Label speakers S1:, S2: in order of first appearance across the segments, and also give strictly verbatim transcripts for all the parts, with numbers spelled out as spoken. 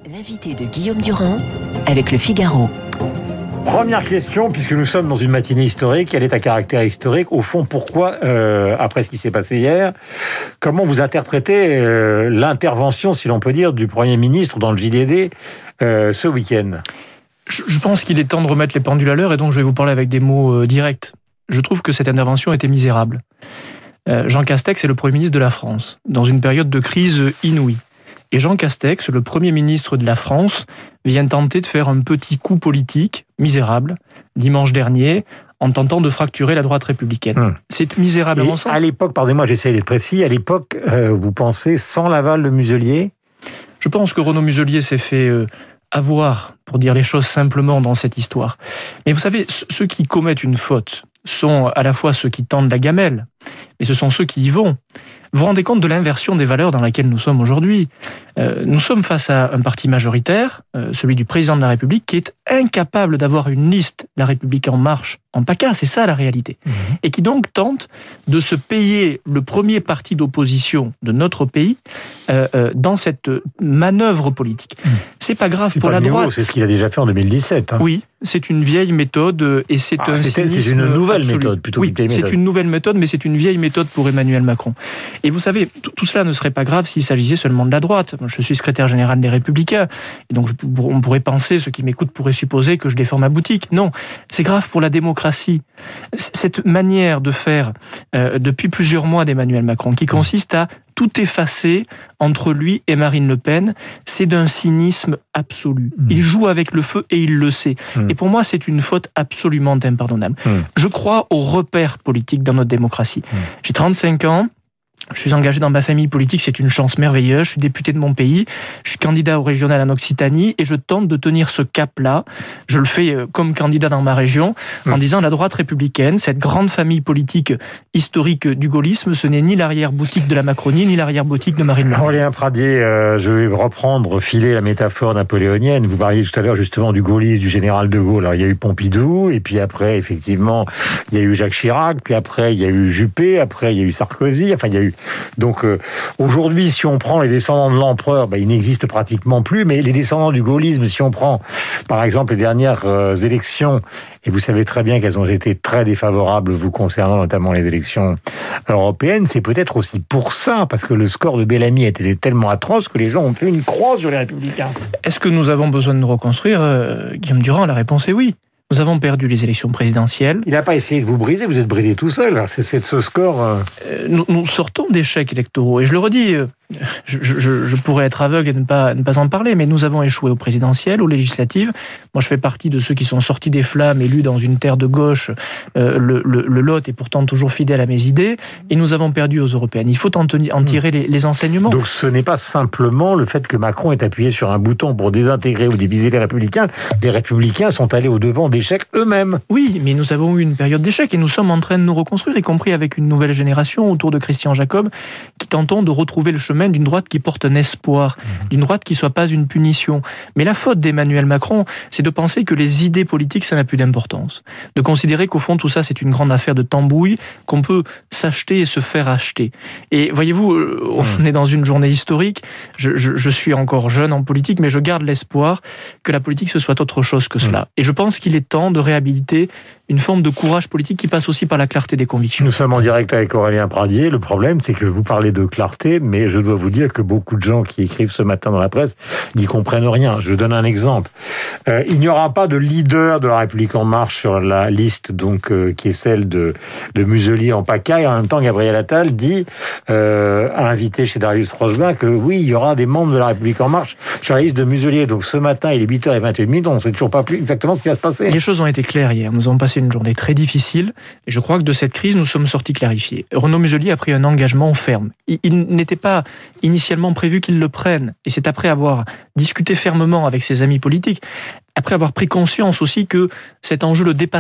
S1: L'invité de Guillaume Durand avec Le Figaro.
S2: Première question, puisque nous sommes dans une matinée historique, elle est à caractère historique. Au fond, pourquoi, euh, après ce qui s'est passé hier, comment vous interprétez euh, l'intervention, si l'on peut dire, du Premier ministre dans le J D D euh, ce week-end ?
S3: je, je pense qu'il est temps de remettre les pendules à l'heure, et donc je vais vous parler avec des mots euh, directs. Je trouve que cette intervention était misérable. Euh, Jean Castex est le Premier ministre de la France, dans une période de crise inouïe. Et Jean Castex, le Premier ministre de la France, vient tenter de faire un petit coup politique, misérable, dimanche dernier, en tentant de fracturer la droite républicaine. Hum. C'est misérable à mon sens.
S2: À l'époque, pardonnez-moi, j'essaie d'être précis, à l'époque, euh, vous pensez sans l'aval de Muselier ?
S3: Je pense que Renaud Muselier s'est fait euh, avoir, pour dire les choses simplement, dans cette histoire. Mais vous savez, ceux qui commettent une faute sont à la fois ceux qui tendent la gamelle, mais ce sont ceux qui y vont. Vous vous rendez compte de l'inversion des valeurs dans laquelle nous sommes aujourd'hui ? euh, Nous sommes face à un parti majoritaire, euh, celui du président de la République, qui est incapable d'avoir une liste La République en marche en PACA, c'est ça la réalité. Mmh. Et qui donc tente de se payer le premier parti d'opposition de notre pays euh, euh, dans cette manœuvre politique. Mmh. C'est pas grave
S2: c'est
S3: pour
S2: pas
S3: la
S2: nouveau,
S3: droite.
S2: C'est ce qu'il a déjà fait en deux mille dix-sept. Hein.
S3: Oui, c'est une vieille méthode et c'est
S2: ah,
S3: un cynisme
S2: C'est une nouvelle
S3: absolu.
S2: méthode plutôt
S3: oui,
S2: qu'une vieille méthode.
S3: C'est une nouvelle méthode, mais c'est une vieille méthode pour Emmanuel Macron. Et vous savez, tout, tout cela ne serait pas grave s'il s'agissait seulement de la droite. Je suis secrétaire général des Républicains, et donc je, on pourrait penser, ceux qui m'écoutent pourraient supposer que je défends ma boutique. Non, c'est grave pour la démocratie. Cette manière de faire euh, depuis plusieurs mois d'Emmanuel Macron, qui consiste à tout effacer entre lui et Marine Le Pen, c'est d'un cynisme absolu. Mmh. Il joue avec le feu et il le sait. Mmh. Et pour moi, c'est une faute absolument impardonnable. Mmh. Je crois aux repères politiques dans notre démocratie. Mmh. J'ai trente-cinq ans. Je suis engagé dans ma famille politique, c'est une chance merveilleuse. Je suis député de mon pays, je suis candidat au régional en Occitanie et je tente de tenir ce cap-là. Je le fais comme candidat dans ma région en disant la droite républicaine, cette grande famille politique historique du gaullisme, ce n'est ni l'arrière-boutique de la Macronie, ni l'arrière-boutique de Marine Le Pen.
S2: Aurélien Pradié, euh, je vais reprendre, filer la métaphore napoléonienne. Vous parliez tout à l'heure justement du gaullisme, du général de Gaulle. Alors il y a eu Pompidou, et puis après, effectivement, il y a eu Jacques Chirac, puis après, il y a eu Juppé, après, il y a eu Sarkozy, enfin, il y a eu Donc euh, aujourd'hui, si on prend les descendants de l'empereur, ben, ils n'existent pratiquement plus, mais les descendants du gaullisme, si on prend par exemple les dernières euh, élections, et vous savez très bien qu'elles ont été très défavorables vous concernant, notamment les élections européennes, c'est peut-être aussi pour ça, parce que le score de Bellamy a été tellement atroce que les gens ont fait une croix sur les Républicains.
S3: Est-ce que nous avons besoin de nous reconstruire, euh, Guillaume Durand ? La réponse est oui. Nous avons perdu les élections présidentielles.
S2: Il n'a pas essayé de vous briser, vous êtes brisé tout seul. C'est, c'est de ce score... Euh...
S3: Euh, nous, nous sortons d'échecs électoraux. Et je le redis, euh, je, je, je pourrais être aveugle et ne pas, ne pas en parler, mais nous avons échoué aux présidentielles, aux législatives. Moi, je fais partie de ceux qui sont sortis des flammes, élus dans une terre de gauche. Euh, le, le, le Lot est pourtant toujours fidèle à mes idées. Et nous avons perdu aux européennes. Il faut en, tenir, en tirer les, les enseignements.
S2: Donc ce n'est pas simplement le fait que Macron ait appuyé sur un bouton pour désintégrer ou diviser les Républicains. Les Républicains sont allés au-devant d'échecs eux-mêmes.
S3: Oui, mais nous avons eu une période d'échecs et nous sommes en train de nous reconstruire, y compris avec une nouvelle génération autour de Christian Jacob, qui tentons de retrouver le chemin d'une droite qui porte un espoir, mmh. d'une droite qui ne soit pas une punition. Mais la faute d'Emmanuel Macron, c'est de penser que les idées politiques, ça n'a plus d'importance. De considérer qu'au fond, tout ça, c'est une grande affaire de tambouille, qu'on peut s'acheter et se faire acheter. Et voyez-vous, on mmh. est dans une journée historique, je, je, je suis encore jeune en politique, mais je garde l'espoir que la politique, ce soit autre chose que cela. Mmh. Et je pense qu'il est temps de réhabiliter une forme de courage politique qui passe aussi par la clarté des convictions.
S2: Nous sommes en direct avec Aurélien Pradié. Le problème, c'est que vous parlez de clarté, mais je dois vous dire que beaucoup de gens qui écrivent ce matin dans la presse n'y comprennent rien. Je donne un exemple. Euh, il n'y aura pas de leader de la République En Marche sur la liste, donc euh, qui est celle de, de Muselier en PACA. Et en même temps, Gabriel Attal dit, euh, invité chez Darius Rosbin, que oui, il y aura des membres de la République En Marche sur la liste de Muselier. Donc ce matin, il est huit heures vingt et une minutes, on ne sait toujours pas plus exactement ce qui va se passer.
S3: Les choses ont été claires hier. Nous avons passé une journée très difficile et je crois que de cette crise, nous sommes sortis clarifiés. Renaud Muselier a pris un engagement ferme. Il, il n'était pas initialement prévu qu'il le prenne et c'est après avoir discuté fermement avec ses amis politiques, après avoir pris conscience aussi que cet enjeu le dépassait,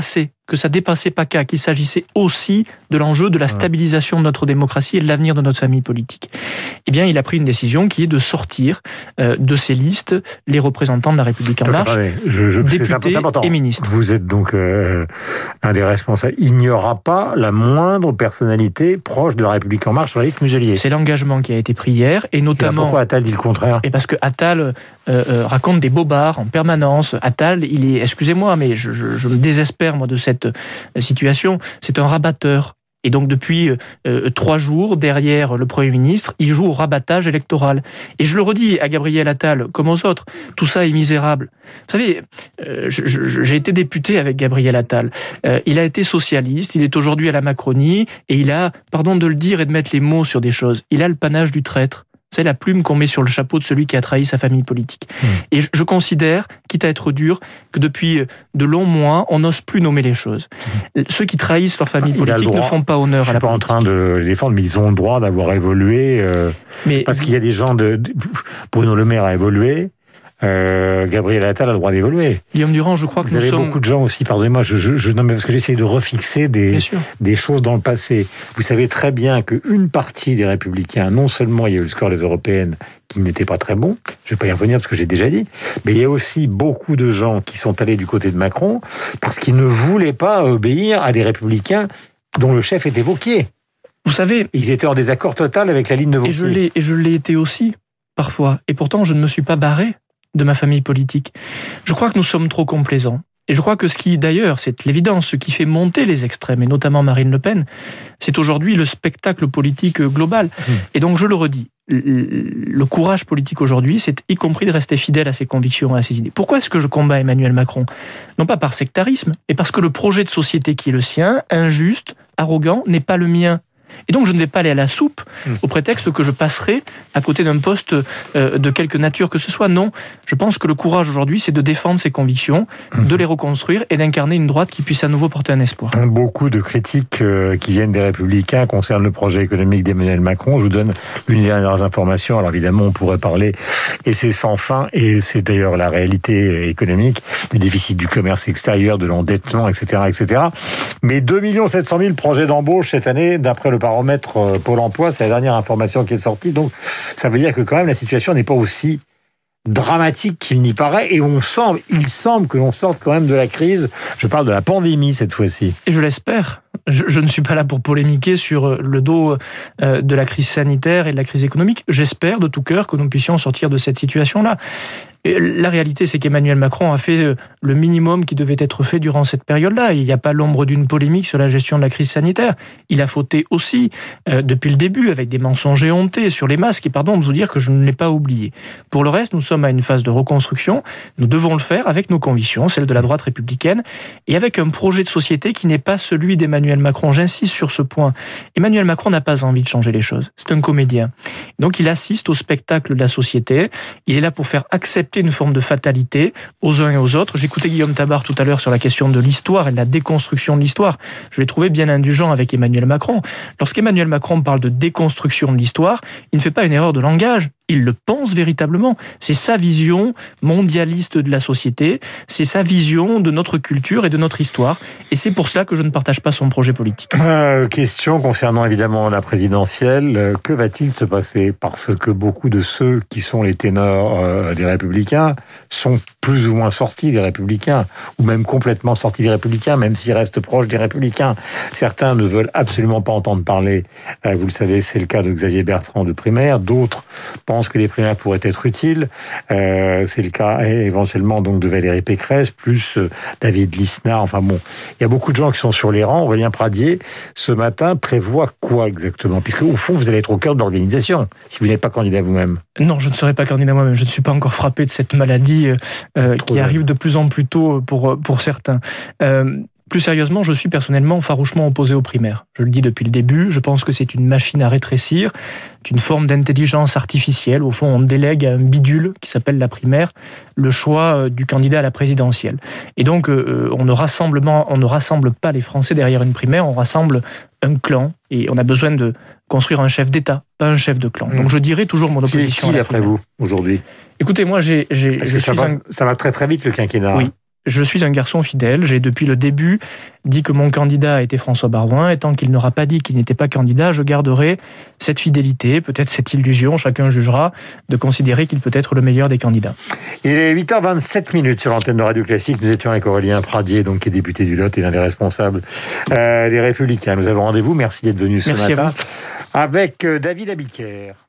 S3: que ça dépassait P A C A, qu'il s'agissait aussi de l'enjeu de la stabilisation de notre démocratie et de l'avenir de notre famille politique. Eh bien, il a pris une décision qui est de sortir euh, de ces listes les représentants de la République en marche,
S2: je, je,
S3: députés et ministres.
S2: Vous êtes donc euh, un des responsables. Il n'y aura pas la moindre personnalité proche de la République en marche sur la liste Muselier.
S3: C'est l'engagement qui a été pris hier, et notamment... Et
S2: pourquoi Attal dit le contraire ?
S3: Et parce que Attal euh, euh, raconte des bobards en permanence. Attal, il est, excusez-moi, mais je, je, je me désespère moi de cette situation, c'est un rabatteur. Et donc depuis euh, trois jours, derrière le Premier ministre, il joue au rabattage électoral. Et je le redis à Gabriel Attal, comme aux autres, tout ça est misérable. Vous savez, euh, je, je, j'ai été député avec Gabriel Attal. Euh, il a été socialiste, il est aujourd'hui à la Macronie, et il a, pardon de le dire et de mettre les mots sur des choses, il a le panache du traître. C'est la plume qu'on met sur le chapeau de celui qui a trahi sa famille politique. Mmh. Et je considère, quitte à être dur, que depuis de longs mois, on n'ose plus nommer les choses. Mmh. Ceux qui trahissent leur famille politique ne font pas honneur à la politique.
S2: Je ne suis pas en train de les défendre, mais ils ont le droit d'avoir évolué. Euh, mais, parce qu'il y a des gens de... Bruno Le Maire a évolué. Euh, Gabriel Attal a le droit d'évoluer.
S3: Guillaume Durand, je crois que
S2: vous
S3: nous
S2: avez
S3: sommes...
S2: beaucoup de gens aussi, pardonnez-moi, je, je, je, non, mais parce que j'essaie de refixer des, des choses dans le passé. Vous savez très bien qu'une partie des Républicains, non seulement il y a eu le score des Européennes qui n'était pas très bon, je ne vais pas y revenir parce que j'ai déjà dit, mais il y a aussi beaucoup de gens qui sont allés du côté de Macron parce qu'ils ne voulaient pas obéir à des Républicains dont le chef était Wauquiez.
S3: Vous savez...
S2: Ils étaient en désaccord total avec la ligne de Wauquiez.
S3: Et je l'ai, et je l'ai été aussi, parfois. Et pourtant, je ne me suis pas barré de ma famille politique. Je crois que nous sommes trop complaisants. Et je crois que ce qui, d'ailleurs, c'est l'évidence, ce qui fait monter les extrêmes, et notamment Marine Le Pen, c'est aujourd'hui le spectacle politique global. Mmh. Et donc, je le redis, le courage politique aujourd'hui, c'est y compris de rester fidèle à ses convictions et à ses idées. Pourquoi est-ce que je combats Emmanuel Macron ? Non pas par sectarisme, mais parce que le projet de société qui est le sien, injuste, arrogant, n'est pas le mien. Et donc je ne vais pas aller à la soupe au prétexte que je passerai à côté d'un poste de quelque nature que ce soit. Non, je pense que le courage aujourd'hui, c'est de défendre ses convictions, de les reconstruire et d'incarner une droite qui puisse à nouveau porter un espoir.
S2: Beaucoup de critiques qui viennent des Républicains concernent le projet économique d'Emmanuel Macron. Je vous donne une dernière information. Alors évidemment, on pourrait parler, et c'est sans fin, et c'est d'ailleurs la réalité économique, du déficit du commerce extérieur, de l'endettement, et cetera, et cetera. Mais deux millions sept cent mille projets d'embauche cette année, d'après le baromètre Pôle emploi, c'est la dernière information qui est sortie. Donc, ça veut dire que quand même la situation n'est pas aussi dramatique qu'il n'y paraît, et on semble, il semble que l'on sorte quand même de la crise. Je parle de la pandémie cette fois-ci.
S3: Et je l'espère. Je, je ne suis pas là pour polémiquer sur le dos euh, de la crise sanitaire et de la crise économique. J'espère de tout cœur que nous puissions sortir de cette situation-là. Et la réalité, c'est qu'Emmanuel Macron a fait le minimum qui devait être fait durant cette période-là. Il n'y a pas l'ombre d'une polémique sur la gestion de la crise sanitaire. Il a fauté aussi, euh, depuis le début, avec des mensonges éhontés sur les masques. Et pardon de vous dire que je ne l'ai pas oublié. Pour le reste, nous sommes à une phase de reconstruction. Nous devons le faire avec nos convictions, celles de la droite républicaine, et avec un projet de société qui n'est pas celui d'Emmanuel Macron. J'insiste sur ce point. Emmanuel Macron n'a pas envie de changer les choses. C'est un comédien. Donc il assiste au spectacle de la société. Il est là pour faire accepter une forme de fatalité aux uns et aux autres. J'écoutais Guillaume Tabar tout à l'heure sur la question de l'histoire et de la déconstruction de l'histoire. Je l'ai trouvé bien indulgent avec Emmanuel Macron. Lorsqu'Emmanuel Macron parle de déconstruction de l'histoire, il ne fait pas une erreur de langage. Il le pense véritablement. C'est sa vision mondialiste de la société, c'est sa vision de notre culture et de notre histoire. Et c'est pour cela que je ne partage pas son projet politique.
S2: Euh, question concernant évidemment la présidentielle. Que va-t-il se passer ? Parce que beaucoup de ceux qui sont les ténors euh, des Républicains sont plus ou moins sortis des Républicains, ou même complètement sortis des Républicains, même s'ils restent proches des Républicains. Certains ne veulent absolument pas entendre parler. Euh, vous le savez, c'est le cas de Xavier Bertrand de Primaire. D'autres pensent que les primaires pourraient être utiles. Euh, c'est le cas éventuellement donc de Valérie Pécresse, plus euh, David Lisnard. Enfin bon, il y a beaucoup de gens qui sont sur les rangs. Aurélien Pradier, ce matin, prévoit quoi exactement ? Puisque au fond, vous allez être au cœur de l'organisation, si vous n'êtes pas candidat vous-même.
S3: Non, je ne serai pas candidat moi-même. Je ne suis pas encore frappé de cette maladie euh, qui arrive de plus en plus tôt pour, pour certains. Euh, Plus sérieusement, je suis personnellement farouchement opposé aux primaires. Je le dis depuis le début, je pense que c'est une machine à rétrécir, c'est une forme d'intelligence artificielle. Au fond, on délègue à un bidule qui s'appelle la primaire le choix du candidat à la présidentielle. Et donc, euh, on, ne rassemble, on ne rassemble pas les Français derrière une primaire, on rassemble un clan. Et on a besoin de construire un chef d'État, pas un chef de clan. Donc je dirais toujours mon opposition
S2: qui, qui
S3: à la
S2: après
S3: primaire.
S2: vous, aujourd'hui ?
S3: Écoutez, moi, j'ai... j'ai je
S2: ça,
S3: suis
S2: va,
S3: un...
S2: ça va très très vite, le quinquennat.
S3: Oui. Je suis un garçon fidèle. J'ai depuis le début dit que mon candidat était François Baroin. Et tant qu'il n'aura pas dit qu'il n'était pas candidat, je garderai cette fidélité, peut-être cette illusion, chacun jugera, de considérer qu'il peut être le meilleur des candidats.
S2: Il est huit heures vingt-sept minutes sur l'antenne de Radio Classique. Nous étions avec Aurélien Pradier, donc, qui est député du Lot et l'un des responsables euh, des Républicains. Nous avons rendez-vous. Merci d'être venu ce
S3: Merci
S2: matin
S3: à vous.
S2: avec euh, David Abiker.